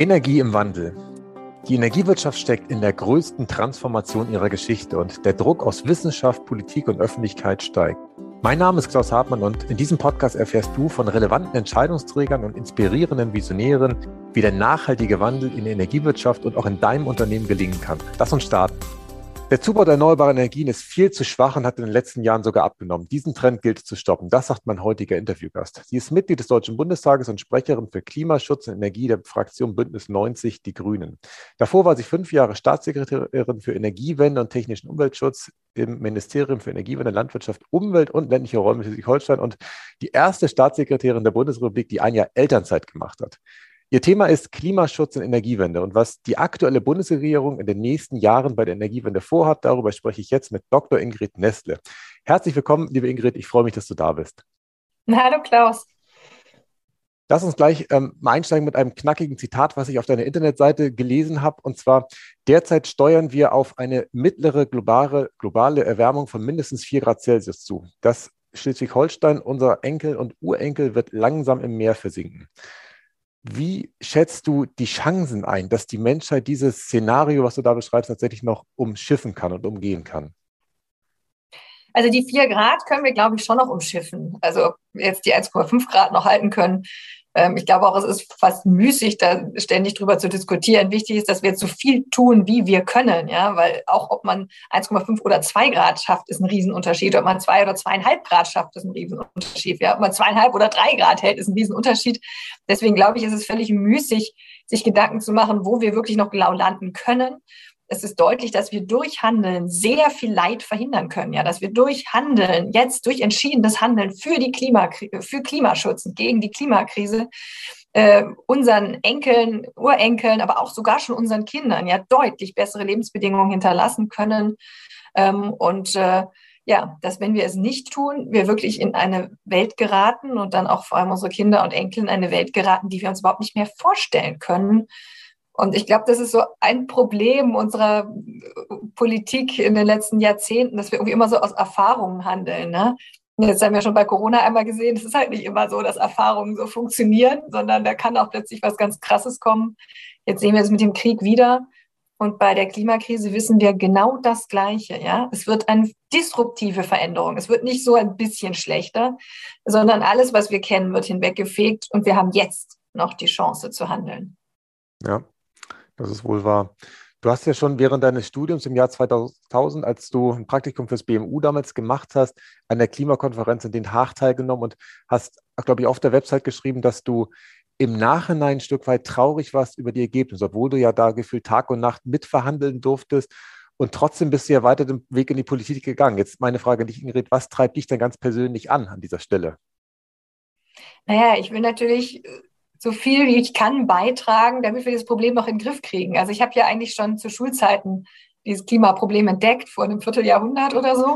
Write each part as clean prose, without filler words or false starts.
Energie im Wandel. Die Energiewirtschaft steckt in der größten Transformation ihrer Geschichte und der Druck aus Wissenschaft, Politik und Öffentlichkeit steigt. Mein Name ist Klaus Hartmann und in diesem Podcast erfährst du von relevanten Entscheidungsträgern und inspirierenden Visionären, wie der nachhaltige Wandel in der Energiewirtschaft und auch in deinem Unternehmen gelingen kann. Lass uns starten. Der Zubau der erneuerbaren Energien ist viel zu schwach und hat in den letzten Jahren sogar abgenommen. Diesen Trend gilt zu stoppen. Das sagt mein heutiger Interviewgast. Sie ist Mitglied des Deutschen Bundestages und Sprecherin für Klimaschutz und Energie der Fraktion Bündnis 90 Die Grünen. Davor war sie 5 Jahre Staatssekretärin für Energiewende und technischen Umweltschutz im Ministerium für Energiewende, Landwirtschaft, Umwelt und ländliche Räume Schleswig-Holstein und die erste Staatssekretärin der Bundesrepublik, die ein Jahr Elternzeit gemacht hat. Ihr Thema ist Klimaschutz und Energiewende und was die aktuelle Bundesregierung in den nächsten Jahren bei der Energiewende vorhat, darüber spreche ich jetzt mit Dr. Ingrid Nestle. Herzlich willkommen, liebe Ingrid, ich freue mich, dass du da bist. Hallo Klaus. Lass uns gleich mal einsteigen mit einem knackigen Zitat, was ich auf deiner Internetseite gelesen habe. Und zwar, derzeit steuern wir auf eine mittlere globale Erwärmung von mindestens 4 Grad Celsius zu. Das Schleswig-Holstein, unser Enkel und Urenkel, wird langsam im Meer versinken. Wie schätzt du die Chancen ein, dass die Menschheit dieses Szenario, was du da beschreibst, tatsächlich noch umschiffen kann und umgehen kann? Also die 4 Grad können wir, glaube ich, schon noch umschiffen. Also ob wir jetzt die 1,5 Grad noch halten können. Ich glaube auch, es ist fast müßig, da ständig drüber zu diskutieren. Wichtig ist, dass wir so viel tun, wie wir können. Ja, weil auch ob man 1,5 oder 2 Grad schafft, ist ein Riesenunterschied. Ob man 2 oder 2,5 Grad schafft, ist ein Riesenunterschied. Ja, ob man 2,5 oder 3 Grad hält, ist ein Riesenunterschied. Deswegen glaube ich, ist es völlig müßig, sich Gedanken zu machen, wo wir wirklich noch genau landen können. Es ist deutlich, dass wir durch Handeln sehr viel Leid verhindern können. Ja, dass wir durch Handeln, jetzt durch entschiedenes Handeln für Klimaschutz und gegen die Klimakrise, unseren Enkeln, Urenkeln, aber auch sogar schon unseren Kindern ja deutlich bessere Lebensbedingungen hinterlassen können. Dass wenn wir es nicht tun, wir wirklich in eine Welt geraten und dann auch vor allem unsere Kinder und Enkel in eine Welt geraten, die wir uns überhaupt nicht mehr vorstellen können. Und ich glaube, das ist so ein Problem unserer Politik in den letzten Jahrzehnten, dass wir irgendwie immer so aus Erfahrungen handeln. Ne? Jetzt haben wir schon bei Corona einmal gesehen, es ist halt nicht immer so, dass Erfahrungen so funktionieren, sondern da kann auch plötzlich was ganz Krasses kommen. Jetzt sehen wir es mit dem Krieg wieder. Und bei der Klimakrise wissen wir genau das Gleiche. Ja? Es wird eine disruptive Veränderung. Es wird nicht so ein bisschen schlechter, sondern alles, was wir kennen, wird hinweggefegt. Und wir haben jetzt noch die Chance zu handeln. Ja, das ist wohl wahr. Du hast ja schon während deines Studiums im Jahr 2000, als du ein Praktikum fürs BMU damals gemacht hast, an der Klimakonferenz in Den Haag teilgenommen und hast, glaube ich, auf der Website geschrieben, dass du im Nachhinein ein Stück weit traurig warst über die Ergebnisse, obwohl du ja da gefühlt Tag und Nacht mitverhandeln durftest. Und trotzdem bist du ja weiter den Weg in die Politik gegangen. Jetzt meine Frage an dich, Ingrid, was treibt dich denn ganz persönlich an dieser Stelle? Naja, ich will natürlich so viel wie ich kann beitragen, damit wir das Problem noch in den Griff kriegen. Also ich habe ja eigentlich schon zu Schulzeiten dieses Klimaproblem entdeckt, vor einem Vierteljahrhundert oder so.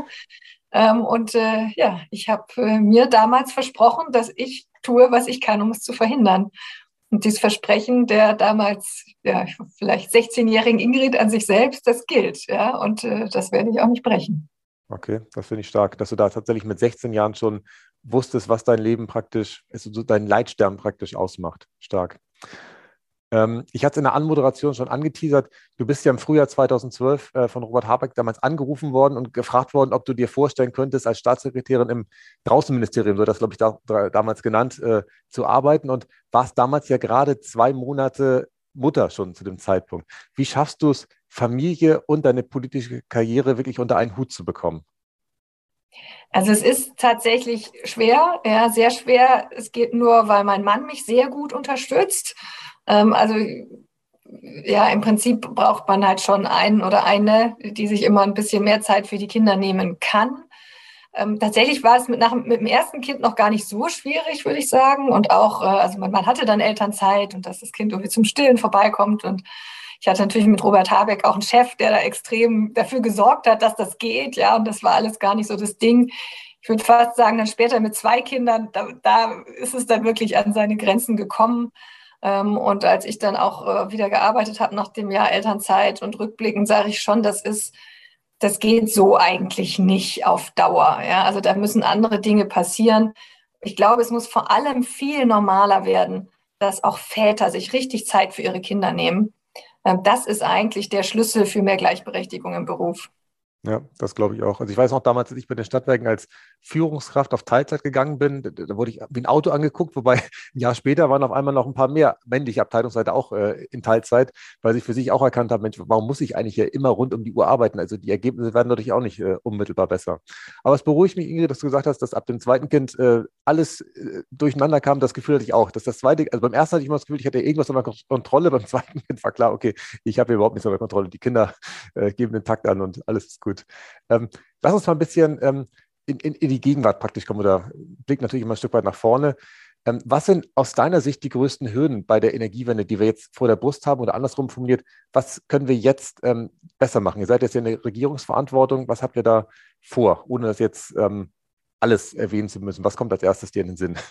Ich habe mir damals versprochen, dass ich tue, was ich kann, um es zu verhindern. Und dieses Versprechen der damals vielleicht 16-jährigen Ingrid an sich selbst, das gilt. Ja? Und das werde ich auch nicht brechen. Okay, das finde ich stark, dass du da tatsächlich mit 16 Jahren schon wusstest, was dein Leben praktisch, also dein Leitstern praktisch ausmacht. Stark. Ich hatte es in der Anmoderation schon angeteasert. Du bist ja im Frühjahr 2012 von Robert Habeck damals angerufen worden und gefragt worden, ob du dir vorstellen könntest, als Staatssekretärin im Draußenministerium, so das, glaube ich, damals genannt, zu arbeiten und warst damals ja gerade 2 Monate Mutter schon zu dem Zeitpunkt. Wie schaffst du es, Familie und deine politische Karriere wirklich unter einen Hut zu bekommen? Also es ist tatsächlich schwer, ja, sehr schwer. Es geht nur, weil mein Mann mich sehr gut unterstützt. Im Prinzip braucht man halt schon einen oder eine, die sich immer ein bisschen mehr Zeit für die Kinder nehmen kann. Tatsächlich war es mit dem ersten Kind noch gar nicht so schwierig, würde ich sagen. Und auch, also mein Mann hatte dann Elternzeit und dass das Kind irgendwie zum Stillen vorbeikommt. Und ich hatte natürlich mit Robert Habeck auch einen Chef, der da extrem dafür gesorgt hat, dass das geht. Ja, und das war alles gar nicht so das Ding. Ich würde fast sagen, dann später mit 2 Kindern, da ist es dann wirklich an seine Grenzen gekommen. Und als ich dann auch wieder gearbeitet habe nach dem Jahr Elternzeit und rückblickend, sage ich schon, das geht so eigentlich nicht auf Dauer. Ja? Also da müssen andere Dinge passieren. Ich glaube, es muss vor allem viel normaler werden, dass auch Väter sich richtig Zeit für ihre Kinder nehmen. Das ist eigentlich der Schlüssel für mehr Gleichberechtigung im Beruf. Ja, das glaube ich auch. Also ich weiß noch damals, als ich bei den Stadtwerken als Führungskraft auf Teilzeit gegangen bin, da wurde ich wie ein Auto angeguckt, wobei ein Jahr später waren auf einmal noch ein paar mehr männliche Abteilungsleiter auch in Teilzeit, weil sie für sich auch erkannt haben, Mensch, warum muss ich eigentlich hier immer rund um die Uhr arbeiten? Also die Ergebnisse werden natürlich auch nicht unmittelbar besser. Aber es beruhigt mich, Ingrid, dass du gesagt hast, dass ab dem zweiten Kind alles durcheinander kam. Das Gefühl hatte ich auch. Dass das zweite, also beim ersten hatte ich immer das Gefühl, ich hatte irgendwas unter Kontrolle, beim zweiten Kind war klar, okay, ich habe hier überhaupt nichts unter Kontrolle. Die Kinder geben den Takt an und alles ist gut. Lass uns mal ein bisschen in die Gegenwart praktisch kommen oder blick natürlich immer ein Stück weit nach vorne. Was sind aus deiner Sicht die größten Hürden bei der Energiewende, die wir jetzt vor der Brust haben oder andersrum formuliert? Was können wir jetzt besser machen? Ihr seid jetzt ja in der Regierungsverantwortung. Was habt ihr da vor, ohne das jetzt alles erwähnen zu müssen? Was kommt als erstes dir in den Sinn?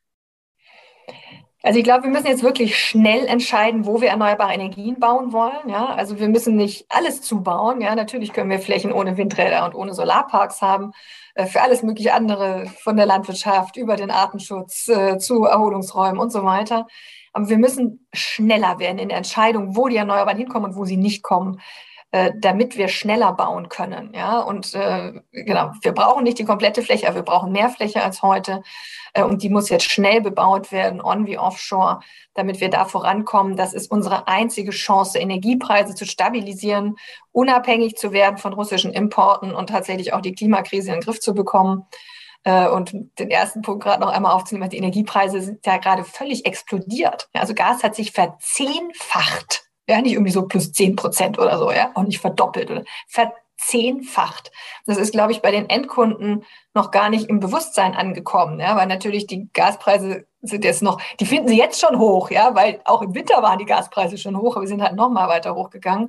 Also ich glaube, wir müssen jetzt wirklich schnell entscheiden, wo wir erneuerbare Energien bauen wollen. Ja, also wir müssen nicht alles zubauen. Ja, natürlich können wir Flächen ohne Windräder und ohne Solarparks haben. Für alles mögliche andere, von der Landwirtschaft über den Artenschutz zu Erholungsräumen und so weiter. Aber wir müssen schneller werden in der Entscheidung, wo die Erneuerbaren hinkommen und wo sie nicht kommen, damit wir schneller bauen können. Ja, und genau, wir brauchen nicht die komplette Fläche, aber wir brauchen mehr Fläche als heute. Und die muss jetzt schnell bebaut werden, on wie offshore, damit wir da vorankommen. Das ist unsere einzige Chance, Energiepreise zu stabilisieren, unabhängig zu werden von russischen Importen und tatsächlich auch die Klimakrise in den Griff zu bekommen. Und den ersten Punkt gerade noch einmal aufzunehmen, die Energiepreise sind ja gerade völlig explodiert. Also Gas hat sich verzehnfacht. Ja, nicht irgendwie so plus 10% oder so, ja, auch nicht verdoppelt oder verzehnfacht. Das ist, glaube ich, bei den Endkunden noch gar nicht im Bewusstsein angekommen, ja, weil natürlich die Gaspreise sind jetzt noch, die finden sie jetzt schon hoch, ja, weil auch im Winter waren die Gaspreise schon hoch, aber sie sind halt noch mal weiter hochgegangen.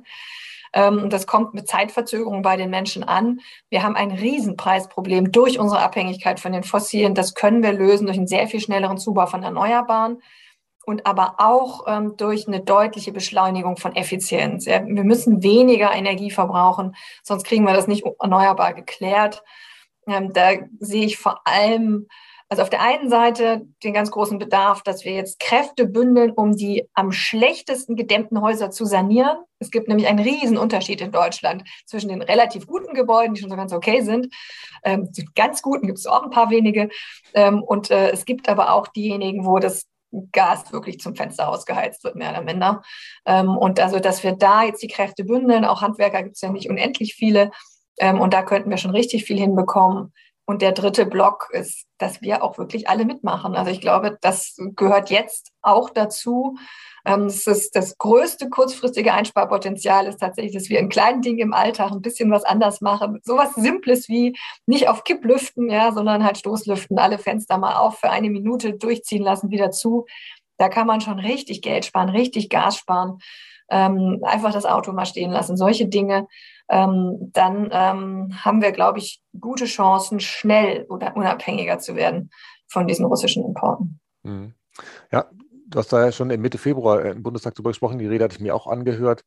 Und das kommt mit Zeitverzögerung bei den Menschen an. Wir haben ein Riesenpreisproblem durch unsere Abhängigkeit von den Fossilen. Das können wir lösen durch einen sehr viel schnelleren Zubau von Erneuerbaren und aber auch durch eine deutliche Beschleunigung von Effizienz. Ja, wir müssen weniger Energie verbrauchen, sonst kriegen wir das nicht erneuerbar geklärt. Da sehe ich vor allem, also auf der einen Seite den ganz großen Bedarf, dass wir jetzt Kräfte bündeln, um die am schlechtesten gedämmten Häuser zu sanieren. Es gibt nämlich einen riesen Unterschied in Deutschland zwischen den relativ guten Gebäuden, die schon so ganz okay sind. Die ganz guten gibt es auch ein paar wenige. Und es gibt aber auch diejenigen, wo das Gas wirklich zum Fenster ausgeheizt wird, mehr oder minder. Und also, dass wir da jetzt die Kräfte bündeln, auch Handwerker gibt es ja nicht unendlich viele. Und da könnten wir schon richtig viel hinbekommen. Und der dritte Block ist, dass wir auch wirklich alle mitmachen. Also ich glaube, das gehört jetzt auch dazu. Das größte kurzfristige Einsparpotenzial ist tatsächlich, dass wir in kleinen Dingen im Alltag ein bisschen was anders machen. Sowas Simples wie nicht auf Kipp lüften, ja, sondern halt Stoßlüften, alle Fenster mal auf für eine Minute durchziehen lassen, wieder zu. Da kann man schon richtig Geld sparen, richtig Gas sparen. Einfach das Auto mal stehen lassen, solche Dinge. Dann haben wir, glaube ich, gute Chancen, schnell oder unabhängiger zu werden von diesen russischen Importen. Mhm. Ja, du hast da ja schon Mitte Februar im Bundestag darüber gesprochen, die Rede hatte ich mir auch angehört.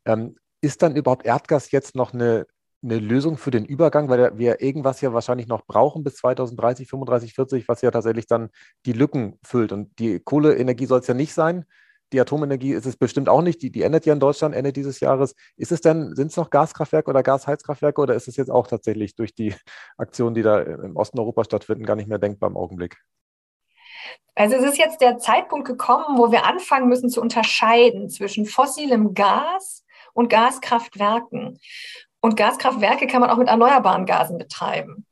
Ist dann überhaupt Erdgas jetzt noch eine Lösung für den Übergang, weil wir irgendwas ja wahrscheinlich noch brauchen bis 2030, 35, 40, was ja tatsächlich dann die Lücken füllt. Und die Kohleenergie soll es ja nicht sein. Die Atomenergie ist es bestimmt auch nicht. Die endet ja in Deutschland Ende dieses Jahres. Sind es noch Gaskraftwerke oder Gasheizkraftwerke oder ist es jetzt auch tatsächlich durch die Aktionen, die da im Osten Europas stattfinden, gar nicht mehr denkbar im Augenblick? Also es ist jetzt der Zeitpunkt gekommen, wo wir anfangen müssen zu unterscheiden zwischen fossilem Gas und Gaskraftwerken. Und Gaskraftwerke kann man auch mit erneuerbaren Gasen betreiben.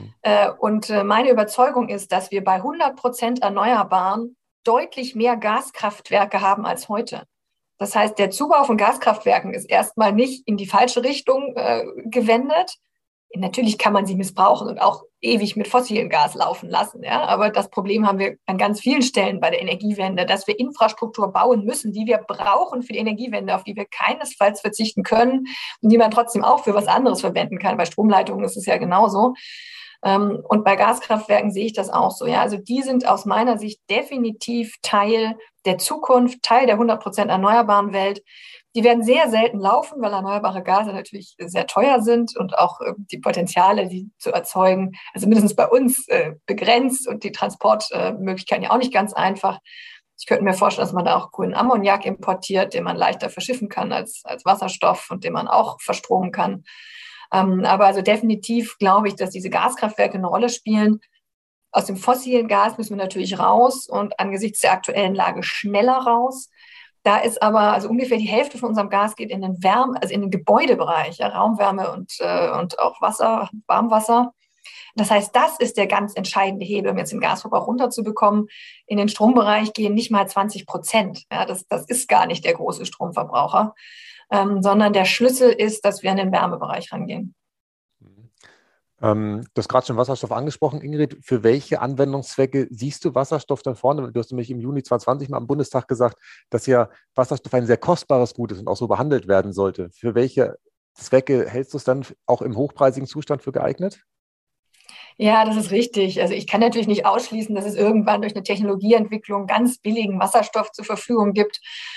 Und meine Überzeugung ist, dass wir bei 100% Erneuerbaren deutlich mehr Gaskraftwerke haben als heute. Das heißt, der Zubau von Gaskraftwerken ist erstmal nicht in die falsche Richtung gewendet. Natürlich kann man sie missbrauchen und auch ewig mit fossilem Gas laufen lassen. Ja? Aber das Problem haben wir an ganz vielen Stellen bei der Energiewende, dass wir Infrastruktur bauen müssen, die wir brauchen für die Energiewende, auf die wir keinesfalls verzichten können und die man trotzdem auch für was anderes verwenden kann. Bei Stromleitungen ist es ja genauso. Und bei Gaskraftwerken sehe ich das auch so. Ja? Also die sind aus meiner Sicht definitiv Teil der Zukunft, Teil der 100% erneuerbaren Welt. Die werden sehr selten laufen, weil erneuerbare Gase natürlich sehr teuer sind und auch die Potenziale, die zu erzeugen, also mindestens bei uns begrenzt und die Transportmöglichkeiten ja auch nicht ganz einfach. Ich könnte mir vorstellen, dass man da auch grünen Ammoniak importiert, den man leichter verschiffen kann als Wasserstoff und den man auch verstromen kann. Aber also definitiv glaube ich, dass diese Gaskraftwerke eine Rolle spielen. Aus dem fossilen Gas müssen wir natürlich raus und angesichts der aktuellen Lage schneller raus. Da ist aber, also ungefähr die Hälfte von unserem Gas geht in den also in den Gebäudebereich, ja, Raumwärme und auch Wasser, Warmwasser. Das heißt, das ist der ganz entscheidende Hebel, um jetzt den Gasverbrauch runterzubekommen. In den Strombereich gehen nicht mal 20%. Ja, das ist gar nicht der große Stromverbraucher, sondern der Schlüssel ist, dass wir in den Wärmebereich rangehen. Du hast gerade schon Wasserstoff angesprochen, Ingrid. Für welche Anwendungszwecke siehst du Wasserstoff dann vorne? Du hast nämlich im Juni 2020 mal am Bundestag gesagt, dass ja Wasserstoff ein sehr kostbares Gut ist und auch so behandelt werden sollte. Für welche Zwecke hältst du es dann auch im hochpreisigen Zustand für geeignet? Ja, das ist richtig. Also ich kann natürlich nicht ausschließen, dass es irgendwann durch eine Technologieentwicklung ganz billigen Wasserstoff zur Verfügung gibt,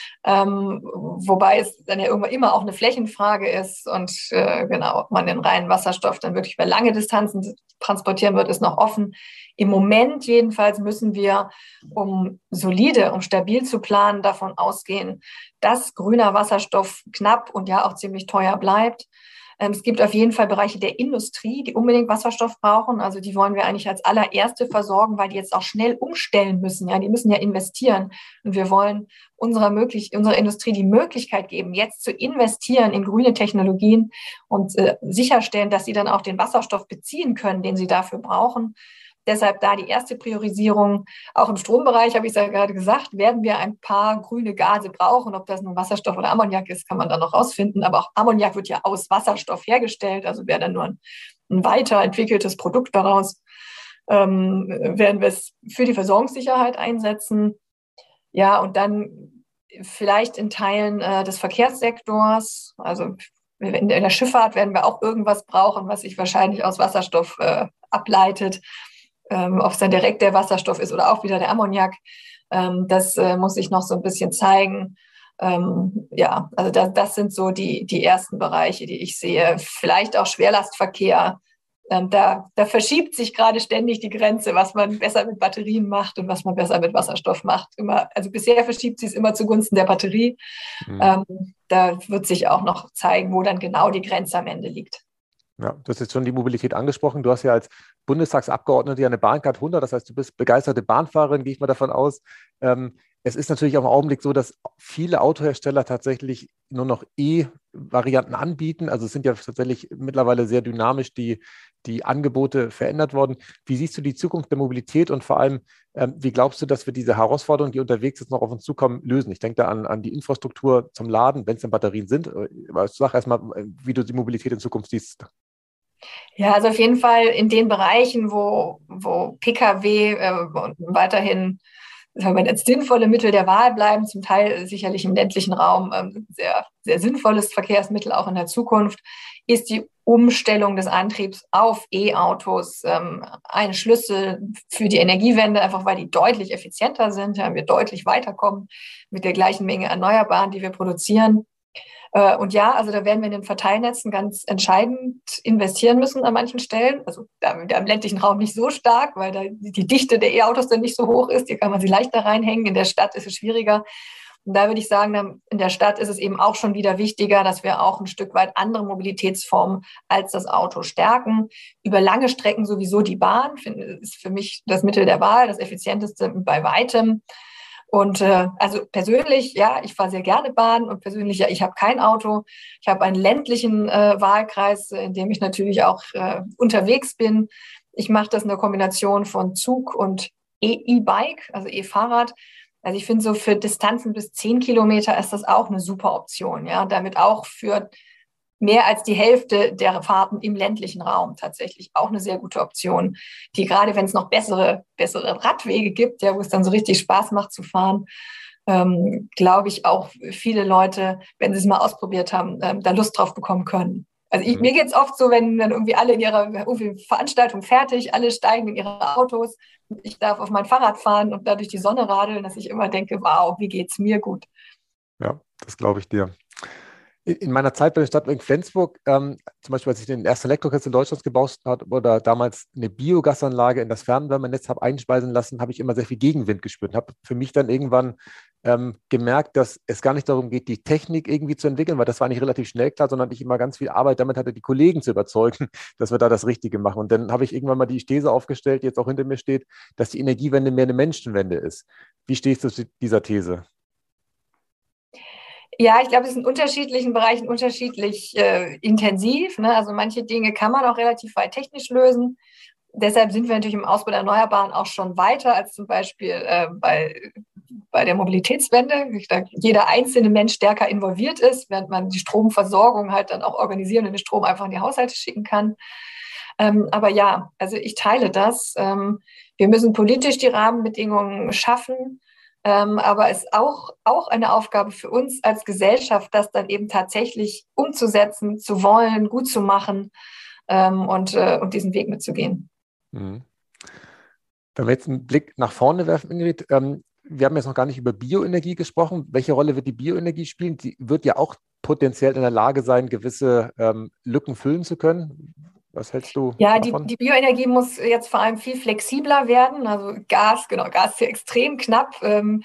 wobei es dann ja irgendwann immer auch eine Flächenfrage ist und genau, ob man den reinen Wasserstoff dann wirklich über lange Distanzen transportieren wird, ist noch offen. Im Moment jedenfalls müssen wir, um stabil zu planen, davon ausgehen, dass grüner Wasserstoff knapp und ja auch ziemlich teuer bleibt. Es gibt auf jeden Fall Bereiche der Industrie, die unbedingt Wasserstoff brauchen. Also die wollen wir eigentlich als allererste versorgen, weil die jetzt auch schnell umstellen müssen. Ja, die müssen ja investieren. Und wir wollen unserer Industrie die Möglichkeit geben, jetzt zu investieren in grüne Technologien und sicherstellen, dass sie dann auch den Wasserstoff beziehen können, den sie dafür brauchen. Deshalb da die erste Priorisierung. Auch im Strombereich, habe ich es ja gerade gesagt, werden wir ein paar grüne Gase brauchen. Ob das nun Wasserstoff oder Ammoniak ist, kann man dann noch rausfinden. Aber auch Ammoniak wird ja aus Wasserstoff hergestellt. Also wäre dann nur ein weiterentwickeltes Produkt daraus. Werden wir es für die Versorgungssicherheit einsetzen. Ja, und dann vielleicht in Teilen des Verkehrssektors. Also in der Schifffahrt werden wir auch irgendwas brauchen, was sich wahrscheinlich aus Wasserstoff ableitet. Ob es dann direkt der Wasserstoff ist oder auch wieder der Ammoniak, das muss ich noch so ein bisschen zeigen. Ja, also das sind so die ersten Bereiche, die ich sehe. Vielleicht auch Schwerlastverkehr. Da verschiebt sich gerade ständig die Grenze, was man besser mit Batterien macht und was man besser mit Wasserstoff macht. Also bisher verschiebt sich es immer zugunsten der Batterie. Da wird sich auch noch zeigen, wo dann genau die Grenze am Ende liegt. Ja, du hast jetzt schon die Mobilität angesprochen. Du hast ja als Bundestagsabgeordnete ja eine Bahncard 100, das heißt, du bist begeisterte Bahnfahrerin, gehe ich mal davon aus. Es ist natürlich auch im Augenblick so, dass viele Autohersteller tatsächlich nur noch E-Varianten anbieten. Also es sind ja tatsächlich mittlerweile sehr dynamisch die Angebote verändert worden. Wie siehst du die Zukunft der Mobilität und vor allem, wie glaubst du, dass wir diese Herausforderungen, die unterwegs jetzt noch auf uns zukommen, lösen? Ich denke da an die Infrastruktur zum Laden, wenn es denn Batterien sind. Sag erstmal, wie du die Mobilität in Zukunft siehst. Ja, also auf jeden Fall in den Bereichen, wo Pkw weiterhin als sinnvolle Mittel der Wahl bleiben, zum Teil sicherlich im ländlichen Raum sehr, sehr sinnvolles Verkehrsmittel auch in der Zukunft, ist die Umstellung des Antriebs auf E-Autos ein Schlüssel für die Energiewende, einfach weil die deutlich effizienter sind, ja, wir deutlich weiterkommen mit der gleichen Menge Erneuerbaren, die wir produzieren. Und ja, also da werden wir in den Verteilnetzen ganz entscheidend investieren müssen an manchen Stellen. Also da im ländlichen Raum nicht so stark, weil da die Dichte der E-Autos dann nicht so hoch ist. Hier kann man sie leichter reinhängen. In der Stadt ist es schwieriger. Und da würde ich sagen, in der Stadt ist es eben auch schon wieder wichtiger, dass wir auch ein Stück weit andere Mobilitätsformen als das Auto stärken. Über lange Strecken sowieso die Bahn ist für mich das Mittel der Wahl, das effizienteste bei weitem. Und also persönlich, ja, ich fahre sehr gerne Bahn und persönlich, ja, ich habe kein Auto. Ich habe einen ländlichen Wahlkreis, in dem ich natürlich auch unterwegs bin. Ich mache das in der Kombination von Zug und E-Bike, also E-Fahrrad. Also ich finde, so für Distanzen bis 10 Kilometer ist das auch eine super Option. Ja, damit auch für mehr als die Hälfte der Fahrten im ländlichen Raum tatsächlich auch eine sehr gute Option, die gerade, wenn es noch bessere Radwege gibt, ja, wo es dann so richtig Spaß macht zu fahren, glaube ich auch viele Leute, wenn sie es mal ausprobiert haben, da Lust drauf bekommen können. Also mir geht es oft so, wenn dann irgendwie alle in ihrer Veranstaltung fertig, alle steigen in ihre Autos und ich darf auf mein Fahrrad fahren und da durch die Sonne radeln, dass ich immer denke, wow, wie geht's mir gut. Ja, das glaube ich dir. In meiner Zeit bei der Stadtwerke Flensburg, zum Beispiel, als ich den ersten Elektrokessel Deutschlands gebaut habe oder damals eine Biogasanlage in das Fernwärmenetz habe einspeisen lassen, habe ich immer sehr viel Gegenwind gespürt und habe für mich dann irgendwann gemerkt, dass es gar nicht darum geht, die Technik irgendwie zu entwickeln, weil das war nicht relativ schnell klar, sondern ich immer ganz viel Arbeit damit hatte, die Kollegen zu überzeugen, dass wir da das Richtige machen. Und dann habe ich irgendwann mal die These aufgestellt, die jetzt auch hinter mir steht, dass die Energiewende mehr eine Menschenwende ist. Wie stehst du zu dieser These? Ja, ich glaube, es ist in unterschiedlichen Bereichen unterschiedlich intensiv. Ne? Also manche Dinge kann man auch relativ weit technisch lösen. Deshalb sind wir natürlich im Ausbau der Erneuerbaren auch schon weiter als zum Beispiel bei der Mobilitätswende. Jeder einzelne Mensch stärker involviert ist, während man die Stromversorgung halt dann auch organisieren und den Strom einfach in die Haushalte schicken kann. Aber ja, also ich teile das. Wir müssen politisch die Rahmenbedingungen schaffen. Aber es ist auch eine Aufgabe für uns als Gesellschaft, das dann eben tatsächlich umzusetzen, zu wollen, gut zu machen und diesen Weg mitzugehen. Mhm. Wenn wir jetzt einen Blick nach vorne werfen, Ingrid, wir haben jetzt noch gar nicht über Bioenergie gesprochen. Welche Rolle wird die Bioenergie spielen? Die wird ja auch potenziell in der Lage sein, gewisse Lücken füllen zu können. Was hältst du Ja, davon? die Bioenergie muss jetzt vor allem viel flexibler werden. Also Gas, genau, Gas ist ja extrem knapp.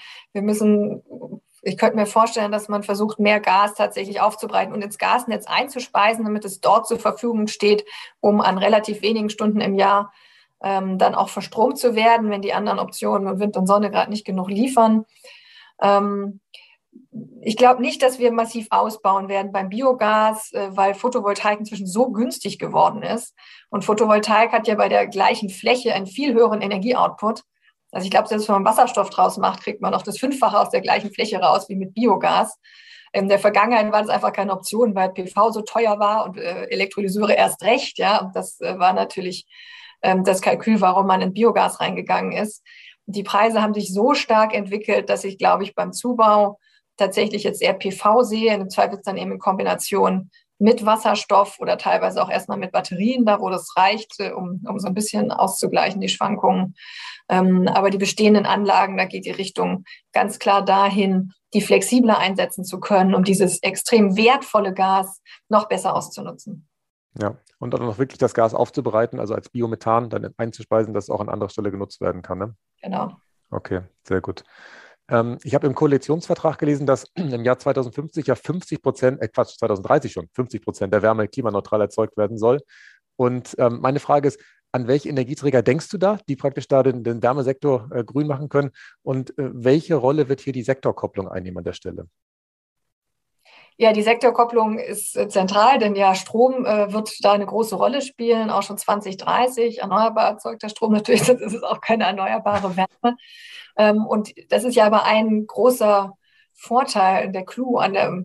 Ich könnte mir vorstellen, dass man versucht, mehr Gas tatsächlich aufzubereiten und ins Gasnetz einzuspeisen, damit es dort zur Verfügung steht, um an relativ wenigen Stunden im Jahr dann auch verstromt zu werden, wenn die anderen Optionen Wind und Sonne gerade nicht genug liefern. Ähm, Ich glaube nicht, dass wir massiv ausbauen werden beim Biogas, weil Photovoltaik inzwischen so günstig geworden ist. Und Photovoltaik hat ja bei der gleichen Fläche einen viel höheren Energieoutput. Also ich glaube, selbst wenn man Wasserstoff draus macht, kriegt man noch das Fünffache aus der gleichen Fläche raus wie mit Biogas. In der Vergangenheit war das einfach keine Option, weil PV so teuer war und Elektrolyseure erst recht. Ja, und das war natürlich das Kalkül, warum man in Biogas reingegangen ist. Die Preise haben sich so stark entwickelt, dass ich, glaube ich, beim Zubau tatsächlich jetzt eher PV sehe, im Zweifel dann eben in Kombination mit Wasserstoff oder teilweise auch erstmal mit Batterien, da wo das reicht, um so ein bisschen auszugleichen, die Schwankungen. Aber die bestehenden Anlagen, da geht die Richtung ganz klar dahin, die flexibler einsetzen zu können, um dieses extrem wertvolle Gas noch besser auszunutzen. Ja, und dann noch wirklich das Gas aufzubereiten, also als Biomethan dann einzuspeisen, dass es auch an anderer Stelle genutzt werden kann. Ne? Genau. Okay, sehr gut. Ich habe im Koalitionsvertrag gelesen, dass im Jahr 2050 ja 50%, 2030 schon, 50% der Wärme klimaneutral erzeugt werden soll. Und meine Frage ist, an welche Energieträger denkst du da, die praktisch da den Wärmesektor grün machen können? Und welche Rolle wird hier die Sektorkopplung einnehmen an der Stelle? Ja, die Sektorkopplung ist zentral, denn ja, Strom wird da eine große Rolle spielen, auch schon 2030. Erneuerbar erzeugter Strom natürlich, das ist auch keine erneuerbare Wärme. Und das ist ja aber ein großer Vorteil, der Clou an der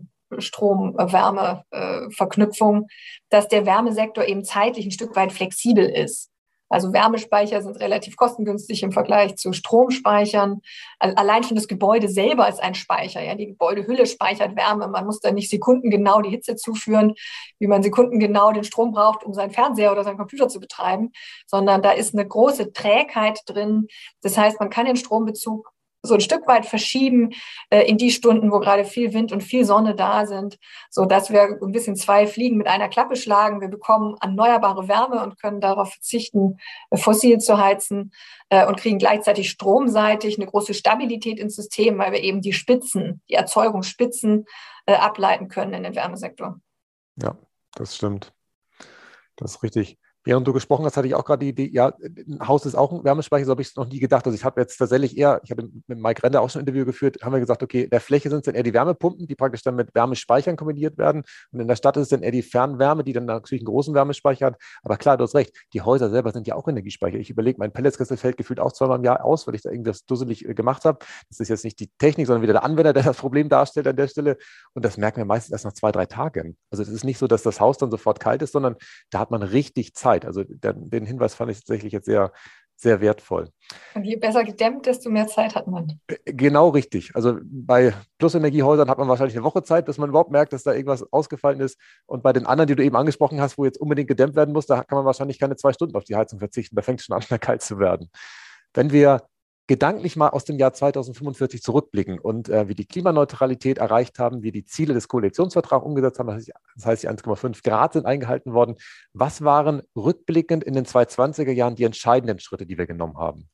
Strom-Wärme-Verknüpfung, dass der Wärmesektor eben zeitlich ein Stück weit flexibel ist. Also Wärmespeicher sind relativ kostengünstig im Vergleich zu Stromspeichern. Allein schon das Gebäude selber ist ein Speicher. Ja? Die Gebäudehülle speichert Wärme. Man muss da nicht sekundengenau die Hitze zuführen, wie man sekundengenau den Strom braucht, um seinen Fernseher oder seinen Computer zu betreiben, sondern da ist eine große Trägheit drin. Das heißt, man kann den Strombezug so ein Stück weit verschieben in die Stunden, wo gerade viel Wind und viel Sonne da sind, so dass wir ein bisschen zwei Fliegen mit einer Klappe schlagen. Wir bekommen erneuerbare Wärme und können darauf verzichten, fossil zu heizen und kriegen gleichzeitig stromseitig eine große Stabilität ins System, weil wir eben die Spitzen, die Erzeugungsspitzen ableiten können in den Wärmesektor. Ja, das stimmt. Das ist richtig. Während du gesprochen hast, hatte ich auch gerade die Idee, ja, ein Haus ist auch ein Wärmespeicher, so habe ich es noch nie gedacht. Also ich habe jetzt tatsächlich eher, ich hatte mit Mike Render auch schon ein Interview geführt, haben wir gesagt, okay, in der Fläche sind es dann eher die Wärmepumpen, die praktisch dann mit Wärmespeichern kombiniert werden. Und in der Stadt ist es dann eher die Fernwärme, die dann natürlich einen großen Wärmespeicher hat. Aber klar, du hast recht, die Häuser selber sind ja auch Energiespeicher. Ich überlege, mein Pelletskessel fällt gefühlt auch zweimal im Jahr aus, weil ich da irgendwas dusselig gemacht habe. Das ist jetzt nicht die Technik, sondern wieder der Anwender, der das Problem darstellt an der Stelle. Und das merken wir meistens erst nach 2, 3 Tagen. Also es ist nicht so, dass das Haus dann sofort kalt ist, sondern da hat man richtig Zeit. Also den Hinweis fand ich tatsächlich jetzt sehr, sehr wertvoll. Und je besser gedämmt, desto mehr Zeit hat man. Genau richtig. Also bei Plusenergiehäusern hat man wahrscheinlich eine Woche Zeit, bis man überhaupt merkt, dass da irgendwas ausgefallen ist. Und bei den anderen, die du eben angesprochen hast, wo jetzt unbedingt gedämmt werden muss, da kann man wahrscheinlich keine 2 Stunden auf die Heizung verzichten. Da fängt es schon an, kalt zu werden. Wenn wir gedanklich mal aus dem Jahr 2045 zurückblicken und wir die Klimaneutralität erreicht haben, wir die Ziele des Koalitionsvertrags umgesetzt haben, das heißt die 1,5 Grad sind eingehalten worden. Was waren rückblickend in den 2020er Jahren die entscheidenden Schritte, die wir genommen haben?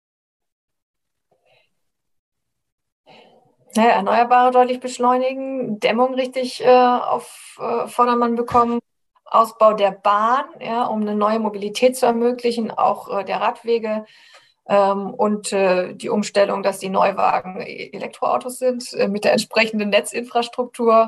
Naja, Erneuerbare deutlich beschleunigen, Dämmung richtig auf Vordermann bekommen, Ausbau der Bahn, ja, um eine neue Mobilität zu ermöglichen, auch der Radwege und die Umstellung, dass die Neuwagen Elektroautos sind, mit der entsprechenden Netzinfrastruktur.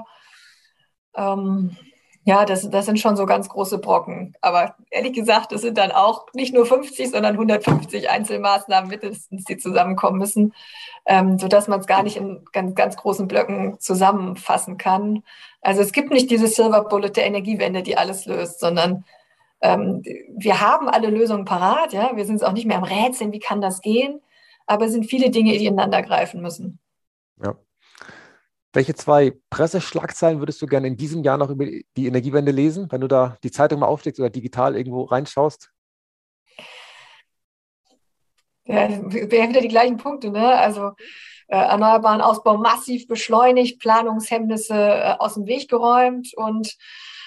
Ja, das sind schon so ganz große Brocken. Aber ehrlich gesagt, das sind dann auch nicht nur 50, sondern 150 Einzelmaßnahmen mindestens, die zusammenkommen müssen, sodass man es gar nicht in ganz großen Blöcken zusammenfassen kann. Also es gibt nicht diese Silver Bullet der Energiewende, die alles löst, sondern wir haben alle Lösungen parat. Ja? Wir sind es auch nicht mehr am Rätseln, wie kann das gehen? Aber es sind viele Dinge, die ineinander greifen müssen. Ja. Welche 2 Presseschlagzeilen würdest du gerne in diesem Jahr noch über die Energiewende lesen, wenn du da die Zeitung mal aufschlägst oder digital irgendwo reinschaust? Ja, wären wieder die gleichen Punkte, ne? Also erneuerbaren Ausbau massiv beschleunigt, Planungshemmnisse aus dem Weg geräumt und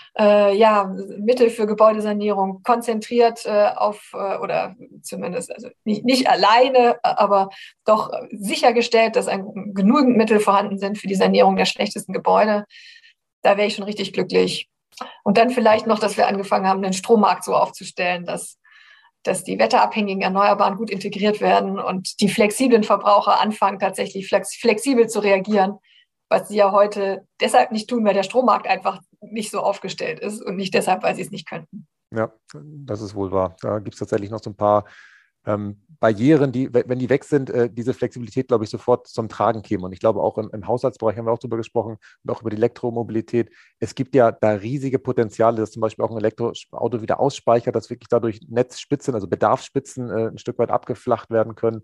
Mittel für Gebäudesanierung konzentriert auf, oder zumindest, also nicht alleine, aber doch sichergestellt, dass genügend Mittel vorhanden sind für die Sanierung der schlechtesten Gebäude. Da wäre ich schon richtig glücklich. Und dann vielleicht noch, dass wir angefangen haben, den Strommarkt so aufzustellen, dass die wetterabhängigen Erneuerbaren gut integriert werden und die flexiblen Verbraucher anfangen, tatsächlich flexibel zu reagieren, was sie ja heute deshalb nicht tun, weil der Strommarkt einfach nicht so aufgestellt ist und nicht deshalb, weil sie es nicht könnten. Ja, das ist wohl wahr. Da gibt es tatsächlich noch so ein paar Barrieren, die, wenn die weg sind, diese Flexibilität, glaube ich, sofort zum Tragen käme. Und ich glaube, auch im Haushaltsbereich haben wir auch darüber gesprochen und auch über die Elektromobilität. Es gibt ja da riesige Potenziale, dass zum Beispiel auch ein Elektroauto wieder ausspeichert, dass wirklich dadurch Netzspitzen, also Bedarfsspitzen ein Stück weit abgeflacht werden können.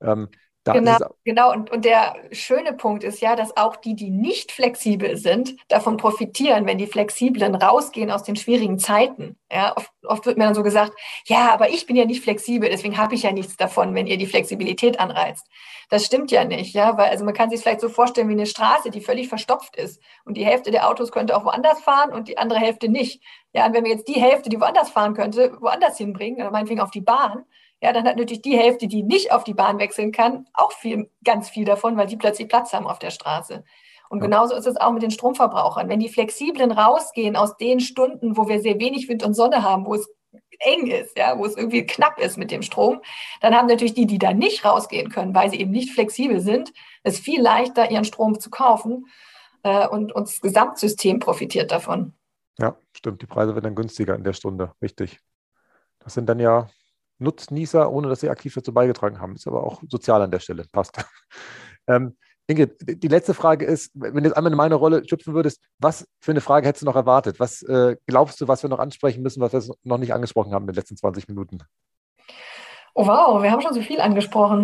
Genau. Und der schöne Punkt ist ja, dass auch die nicht flexibel sind, davon profitieren, wenn die Flexiblen rausgehen aus den schwierigen Zeiten. Ja, oft wird mir dann so gesagt, ja, aber ich bin ja nicht flexibel, deswegen habe ich ja nichts davon, wenn ihr die Flexibilität anreizt. Das stimmt ja nicht, ja, weil also man kann sich es vielleicht so vorstellen wie eine Straße, die völlig verstopft ist und die Hälfte der Autos könnte auch woanders fahren und die andere Hälfte nicht. Ja, und wenn wir jetzt die Hälfte, die woanders fahren könnte, woanders hinbringen, oder meinetwegen auf die Bahn, ja, dann hat natürlich die Hälfte, die nicht auf die Bahn wechseln kann, auch ganz viel davon, weil die plötzlich Platz haben auf der Straße. Und genauso ist es auch mit den Stromverbrauchern. Wenn die Flexiblen rausgehen aus den Stunden, wo wir sehr wenig Wind und Sonne haben, wo es eng ist, ja, wo es irgendwie knapp ist mit dem Strom, dann haben natürlich die da nicht rausgehen können, weil sie eben nicht flexibel sind, es viel leichter, ihren Strom zu kaufen und das Gesamtsystem profitiert davon. Ja, stimmt. Die Preise werden dann günstiger in der Stunde. Richtig. Das sind dann ja Nutznießer, ohne dass sie aktiv dazu beigetragen haben. Ist aber auch sozial an der Stelle. Passt. Ingrid, die letzte Frage ist, wenn du jetzt einmal in meine Rolle schlüpfen würdest, was für eine Frage hättest du noch erwartet? Was glaubst du, was wir noch ansprechen müssen, was wir noch nicht angesprochen haben in den letzten 20 Minuten? Oh wow, wir haben schon so viel angesprochen.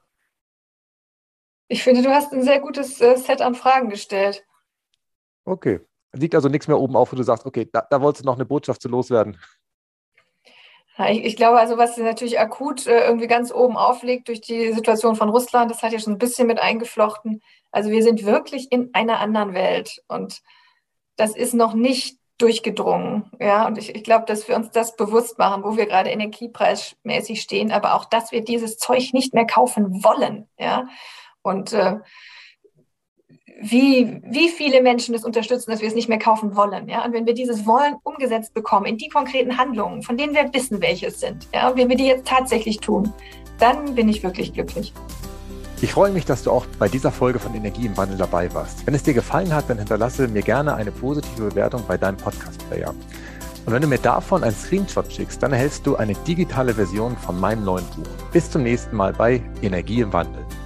Ich finde, du hast ein sehr gutes Set an Fragen gestellt. Okay. Liegt also nichts mehr oben auf, wo du sagst, okay, da wolltest du noch eine Botschaft zu loswerden. Ja, ich glaube, also was natürlich akut irgendwie ganz oben aufliegt durch die Situation von Russland, das hat ja schon ein bisschen mit eingeflochten. Also wir sind wirklich in einer anderen Welt und das ist noch nicht durchgedrungen. Ja, und ich glaube, dass wir uns das bewusst machen, wo wir gerade energiepreismäßig stehen, aber auch, dass wir dieses Zeug nicht mehr kaufen wollen. Ja, und wie viele Menschen das unterstützen, dass wir es nicht mehr kaufen wollen. Ja? Und wenn wir dieses Wollen umgesetzt bekommen in die konkreten Handlungen, von denen wir wissen, welche es sind, ja? Und wenn wir die jetzt tatsächlich tun, dann bin ich wirklich glücklich. Ich freue mich, dass du auch bei dieser Folge von Energie im Wandel dabei warst. Wenn es dir gefallen hat, dann hinterlasse mir gerne eine positive Bewertung bei deinem Podcast-Player. Und wenn du mir davon einen Screenshot schickst, dann erhältst du eine digitale Version von meinem neuen Buch. Bis zum nächsten Mal bei Energie im Wandel.